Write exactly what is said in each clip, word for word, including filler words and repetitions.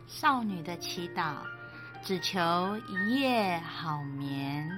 少女的祈祷，只求一夜好眠。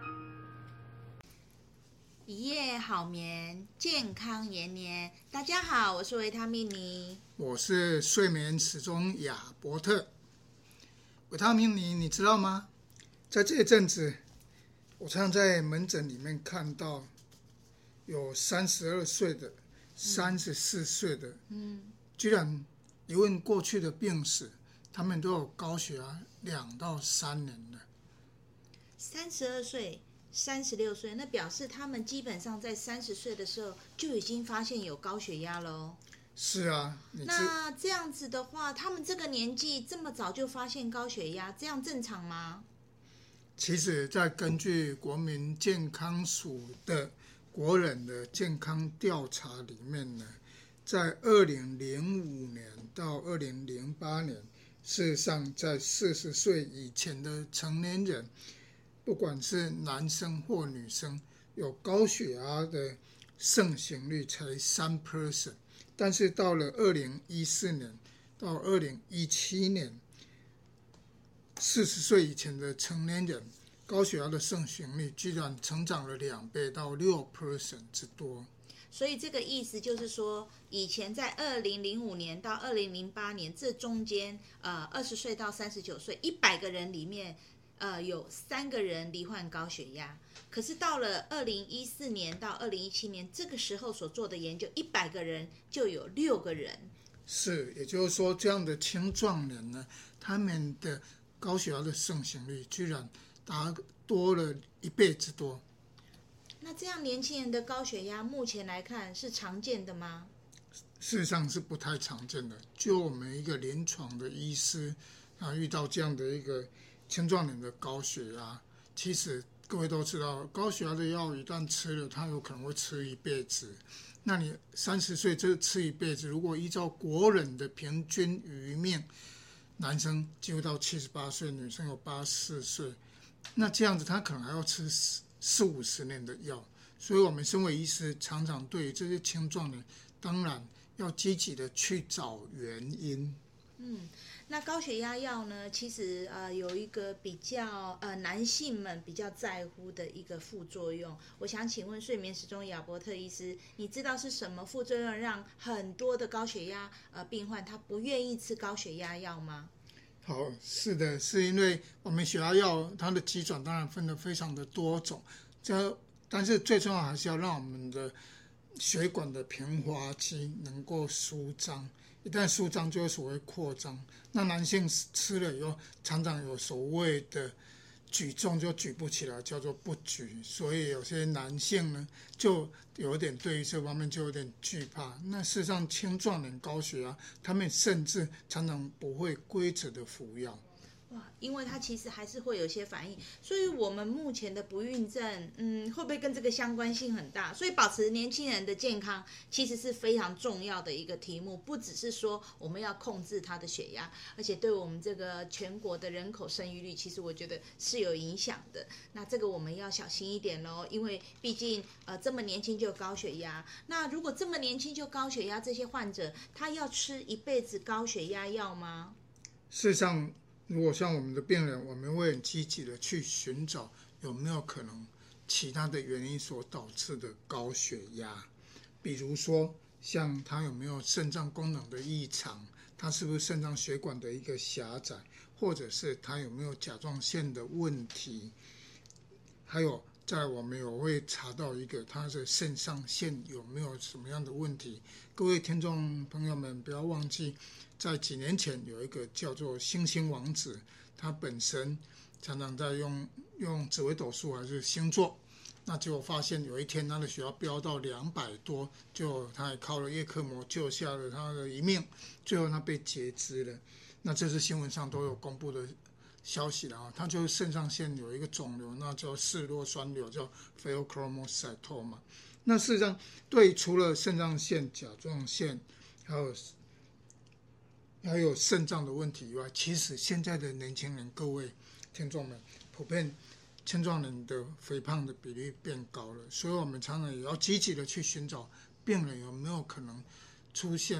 一夜好眠，健康延年。大家好，我是维他命尼， 我是睡眠时钟亚伯特。维他命尼，你知道吗？在这一阵子，我常常在门诊里面看到有三十二岁的、三十四岁的，嗯，居然一问过去的病史，他们都有高血压两到三年了。 三十二岁。三十六岁，那表示他们基本上在三十岁的时候就已经发现有高血压了哦。 是啊，你那这样子的话，他们这个年纪这么早就发现高血压，这样正常吗？ 其实，在根据国民健康署的国人的健康调查里面呢，在二零零五年到二零零八年，事实上在四十岁以前的成年人，不管是男生或女生，有高血压的盛行率才 百分之三， 但是到了二零一四年到二零一七年，四十岁以前的成年人高血压的盛行率居然成长了两倍到 百分之六 之多。 所以这个意思就是说，以前在二零零五年到二零零八年这中间，呃，二十岁到三十九岁，一百个人里面，呃，有三个人罹患高血压。可是到了二零一四年到二零一七年这个时候所做的研究，一百个人就有六个人。 是，也就是说，这样的青壮年呢，他们的高血压的盛行率居然达多了一倍之多。 那这样年轻人的高血压目前来看是常见的吗？ 事实上是不太常见的。就我们一个临床的医师啊，遇到这样的一个青壮年的高血压，其实各位都知道，高血压的药一旦吃了，它有可能会吃一辈子。那你三十岁就吃一辈子，如果依照国人的平均余命，男生几乎到七十八岁，女生有八十四岁，那这样子他可能还要吃四五十年的药。所以我们身为医师，常常对于这些青壮年，当然要积极的去找原因。 嗯，那高血压药呢，其实呃有一个比较呃男性们比较在乎的一个副作用。我想请问睡眠时钟亚伯特医师，你知道是什么副作用让很多的高血压呃病患他不愿意吃高血压药吗？ 好，是的，是因为我们血压药它的机转当然分得非常的多种，这但是最重要还是要让我们的血管的平滑肌能够舒张。一旦舒张就会所谓扩张，那男性吃了以后常常有所谓的举重就举不起来，叫做不举，所以有些男性呢就有点对于这方面就有点惧怕。那事实上青壮年高血压他们甚至常常不会规则的服药。 哇，因为它其实还是会有一些反应，所以我们目前的不孕症，嗯，会不会跟这个相关性很大？所以保持年轻人的健康其实是非常重要的一个题目，不只是说我们要控制他的血压，而且对我们这个全国的人口生育率，其实我觉得是有影响的。那这个我们要小心一点咯，因为毕竟呃这么年轻就有高血压，那如果这么年轻就高血压，这些患者他要吃一辈子高血压药吗？ 事实上，如果像我们的病人，我们会很积极的去寻找有没有可能其他的原因所导致的高血压，比如说像他有没有肾脏功能的异常，他是不是肾脏血管的一个狭窄，或者是他有没有甲状腺的问题，还有在我们有会查到一个他的肾上腺有没有什么样的问题。各位听众朋友们不要忘记，在几年前有一个叫做星星王子，他本身常常在用用紫微斗数还是星座，那结果发现有一天他的血压飙到两百多，就他也靠了叶克膜救下了他的一命，最后他被截肢了。那这是新闻上都有公布的消息了啊，他就是肾上腺有一个肿瘤，那叫视弱酸瘤，叫 pheochromocytoma。那事实上，对除了肾上腺、甲状腺，还有还有肾脏的问题以外，其实现在的年轻人，各位听众们，普遍青壮年的肥胖的比例变高了，所以我们常常也要积极的去寻找病人有没有可能出现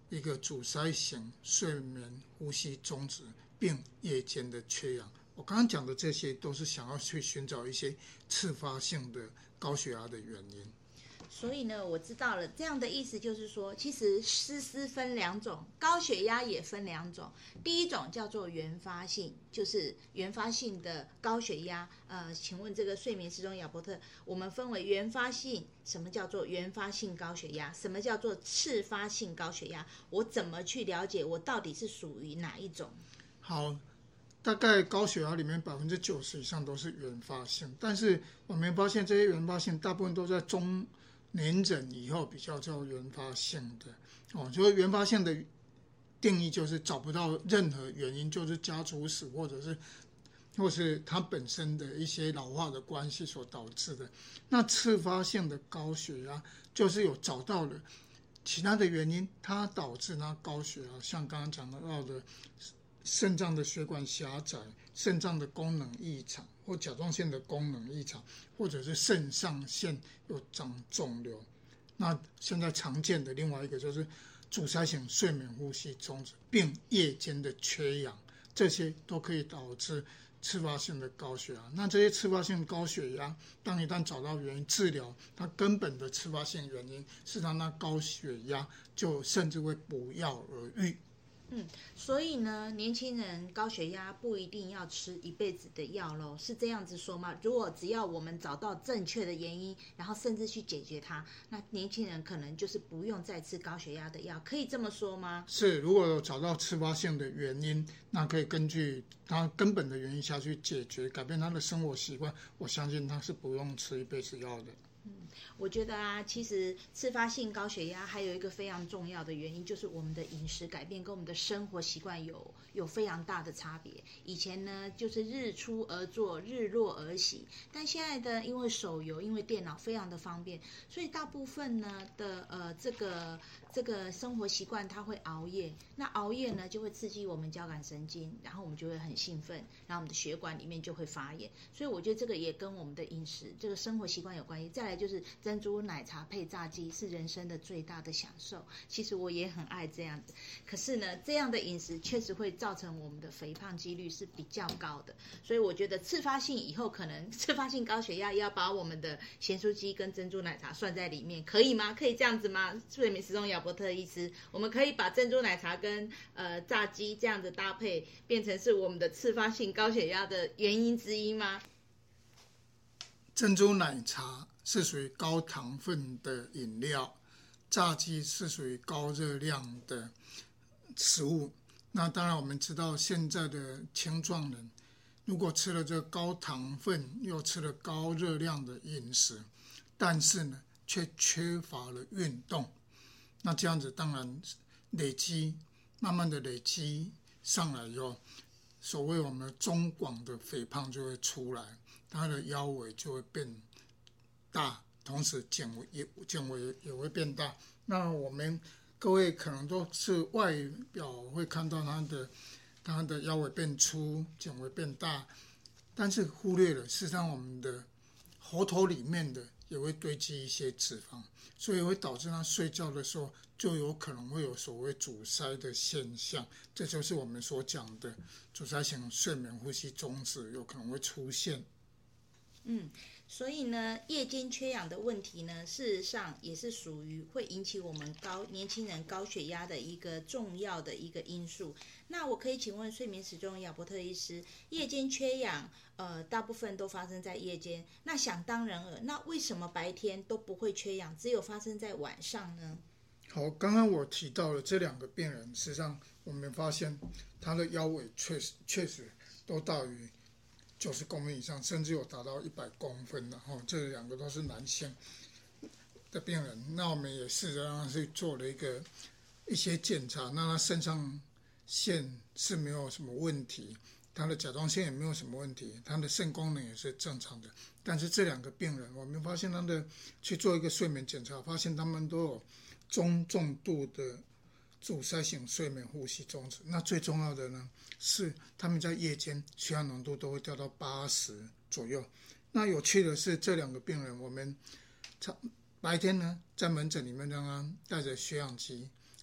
一个阻塞型睡眠呼吸中止，并夜间的缺氧。我刚刚讲的这些都是想要去寻找一些次发性的高血压的原因。 所以呢，我知道了，这样的意思就是说，其实湿湿分两种，高血压也分两种。第一种叫做原发性，就是原发性的高血压。呃，请问这个睡眠时钟亚伯特，我们分为原发性，什么叫做原发性高血压？什么叫做次发性高血压？我怎么去了解我到底是属于哪一种？ 好，大概高血压里面百分之九十以上都是原发性，但是我们发现这些原发性大部分都在中年诊以后比较叫原发性的哦，就是原发性的定义就是找不到任何原因，就是家族史或者是或是它本身的一些老化的关系所导致的。那次发性的高血压就是有找到了其他的原因，它导致它高血压，像刚刚讲到的肾脏的血管狭窄、肾脏的功能异常或甲状腺的功能异常，或者是肾上腺有长肿瘤。那现在常见的另外一个就是阻塞型睡眠呼吸中止并夜间的缺氧，这些都可以导致次发性的高血压。那这些次发性高血压，当一旦找到原因治疗，它根本的次发性原因是让那高血压就甚至会不药而愈。 嗯，所以呢，年轻人高血压不一定要吃一辈子的药咯，是这样子说吗？如果只要我们找到正确的原因，然后甚至去解决它，那年轻人可能就是不用再吃高血压的药，可以这么说吗？ 是，如果有找到次发性的原因，那可以根据他根本的原因下去解决，改变他的生活习惯，我相信他是不用吃一辈子药的。 嗯，我觉得啊，其实次发性高血压还有一个非常重要的原因，就是我们的饮食改变跟我们的生活习惯有有非常大的差别。以前呢，就是日出而作，日落而息，但现在的因为手游，因为电脑非常的方便，所以大部分呢的呃这个这个生活习惯，它会熬夜。那熬夜呢，就会刺激我们交感神经，然后我们就会很兴奋，然后我们的血管里面就会发炎。所以我觉得这个也跟我们的饮食、这个生活习惯有关系。再来就是珍珠奶茶配炸鸡是人生的最大的享受，其实我也很爱这样子。可是呢，这样的饮食确实会造成我们的肥胖几率是比较高的。所以我觉得次发性以后可能次发性高血压要把我们的咸酥鸡跟珍珠奶茶算在里面，可以吗？可以这样子吗？睡眠时钟亚伯特医师，我们可以把珍珠奶茶跟呃炸鸡这样的搭配变成是我们的次发性高血压的原因之一吗？ 珍珠奶茶是属于高糖分的饮料，炸鸡是属于高热量的食物。那当然我们知道现在的青壮人如果吃了这个高糖分又吃了高热量的饮食，但是呢却缺乏了运动，那这样子当然累积慢慢的累积上来以后，所谓我们中广的肥胖就会出来，他的腰围就会变大，同时颈围也颈围也会变大。那我们各位可能都是外表会看到他的他的腰围变粗，颈围变大，但是忽略了事实上我们的喉头里面的也会堆积一些脂肪，所以会导致他睡觉的时候就有可能会有所谓阻塞的现象，这就是我们所讲的阻塞型睡眠呼吸中止有可能会出现。 嗯，所以呢，夜间缺氧的问题呢，事实上也是属于会引起我们高年轻人高血压的一个重要的一个因素。那我可以请问睡眠时钟亚伯特医师，夜间缺氧，呃，大部分都发生在夜间。那想当然尔，那为什么白天都不会缺氧，只有发生在晚上呢？ 好，刚刚我提到了这两个病人，实际上我们发现他的腰围确实确实都大于九十公分以上，甚至有达到一百公分的哈，这两个都是男性的病人。那我们也试着让他去做了一个一些检查，那他肾上腺是没有什么问题，他的甲状腺也没有什么问题，他的肾功能也是正常的。但是这两个病人，我们发现他的去做一个睡眠检查，发现他们都有中重度的阻塞型睡眠呼吸中止。那最重要的呢，是他们在夜间血氧浓度都会掉到八十左右。那有趣的是，这两个病人，我们白天呢在门诊里面让他带着血氧机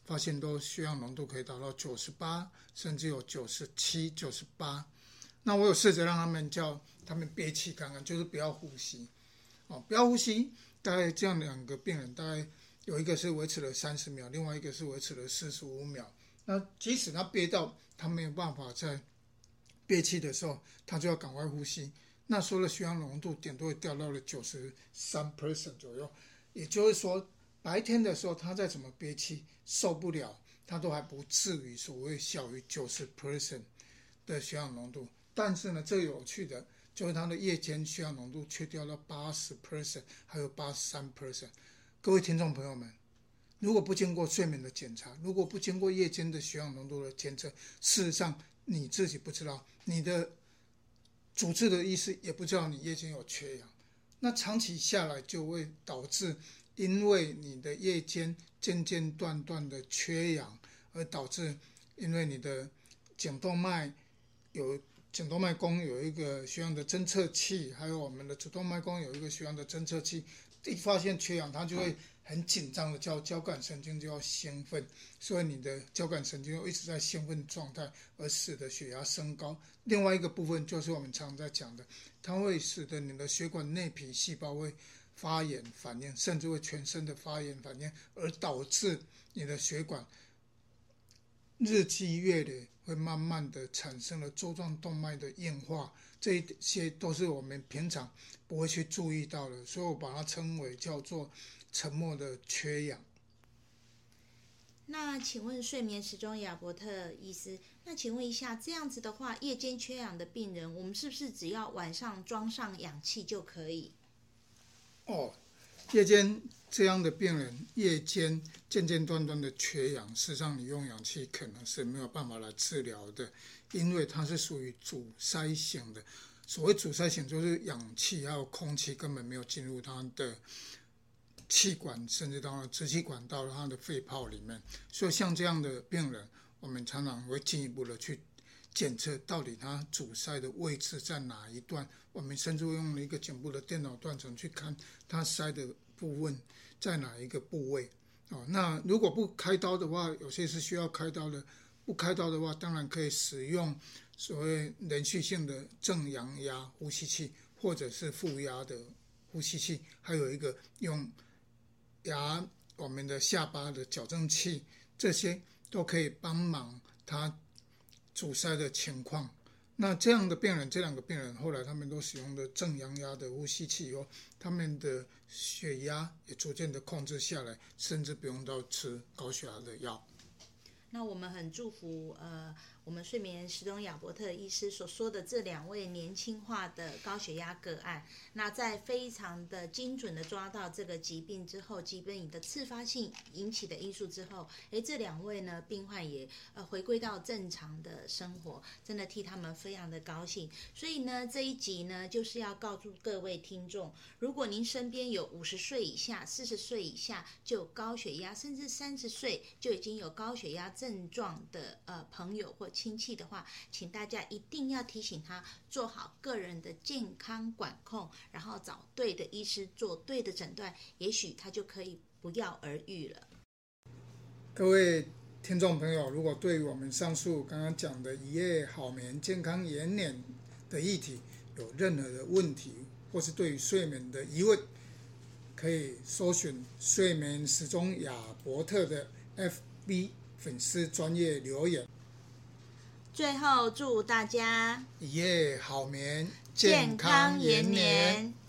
发现都血氧浓度可以达到九十八，甚至有九十七、九十八。那我有试着让他们叫他们憋气看看，就是不要呼吸，哦，不要呼吸。大概这样两个病人，大概有一个是维持了三十秒，另外一个是维持了四十五秒。那即使他憋到他没有办法在憋气的时候，他就要赶快呼吸。那时候的血氧浓度点都会掉到了 百分之九十三 左右，也就是说白天的时候他再怎么憋气受不了，他都还不至于所谓小于 百分之九十 的血氧浓度。但是呢，最有趣的就是他的夜间血氧浓度却掉到 百分之八十 还有 百分之八十三。 各位听众朋友们，如果不经过睡眠的检查，如果不经过夜间的血氧浓度的监测，事实上你自己不知道，你的主治的医师也不知道你夜间有缺氧。那长期下来就会导致因为你的夜间间间断断的缺氧，而导致因为你的颈动脉有颈动脉弓有一个血氧的侦测器，还有我们的主动脉弓有一个血氧的侦测器，一发现缺氧它就会很紧张的叫交感神经就要兴奋，所以你的交感神经一直在兴奋状态，而使得血压升高。另外一个部分就是我们常常在讲的，它会使得你的血管内皮细胞会发炎反应，甚至会全身的发炎反应，而导致你的血管日积月累会慢慢的产生了粥状动脉的硬化，这些都是我们平常不会去注意到的，所以我把它称为叫做沉默的缺氧。 那请问睡眠时钟亚伯特医师，那请问一下，这样子的话，夜间缺氧的病人，我们是不是只要晚上装上氧气就可以？ 哦，夜间这样的病人，夜间间间断断的缺氧，事实上你用氧气可能是没有办法来治疗的，因为它是属于阻塞型的。所谓阻塞型，就是氧气还有空气根本没有进入它的气管，甚至到了支气管到了它的肺泡里面。所以像这样的病人，我们常常会进一步的去检测到底它阻塞的位置在哪一段，我们甚至会用了一个颈部的电脑断层去看它塞的部分在哪一个部位。哦，那如果不开刀的话，有些是需要开刀的，不开刀的话当然可以使用所谓连续性的正阳压呼吸器，或者是负压的呼吸器，还有一个用牙我们的下巴的矫正器，这些都可以帮忙他阻塞的情况。那这样的病人，这两个病人后来他们都使用的正阳压的呼吸器以后，他们的血压也逐渐的控制下来，甚至不用到吃高血压的药。 那我们很祝福呃，我们睡眠时钟亚伯特医师所说的这两位年轻化的高血压个案，那在非常的精准的抓到这个疾病之后，疾病的次发性引起的因素之后，诶，这两位呢病患也呃回归到正常的生活，真的替他们非常的高兴。所以呢，这一集呢就是要告诉各位听众，如果您身边有五十岁以下、四十岁以下就有高血压，甚至三十岁就已经有高血压症状的呃朋友或亲戚的话，请大家一定要提醒他做好个人的健康管控，然后找对的医师做对的诊断，也许他就可以不药而愈了。 各位听众朋友，如果对于我们上述刚刚讲的一夜好眠、健康延年的议题有任何的问题，或是对于睡眠的疑问，可以搜寻睡眠时钟亚伯特的 F B 粉丝专页留言。 最后祝大家一夜好眠， 健康延年。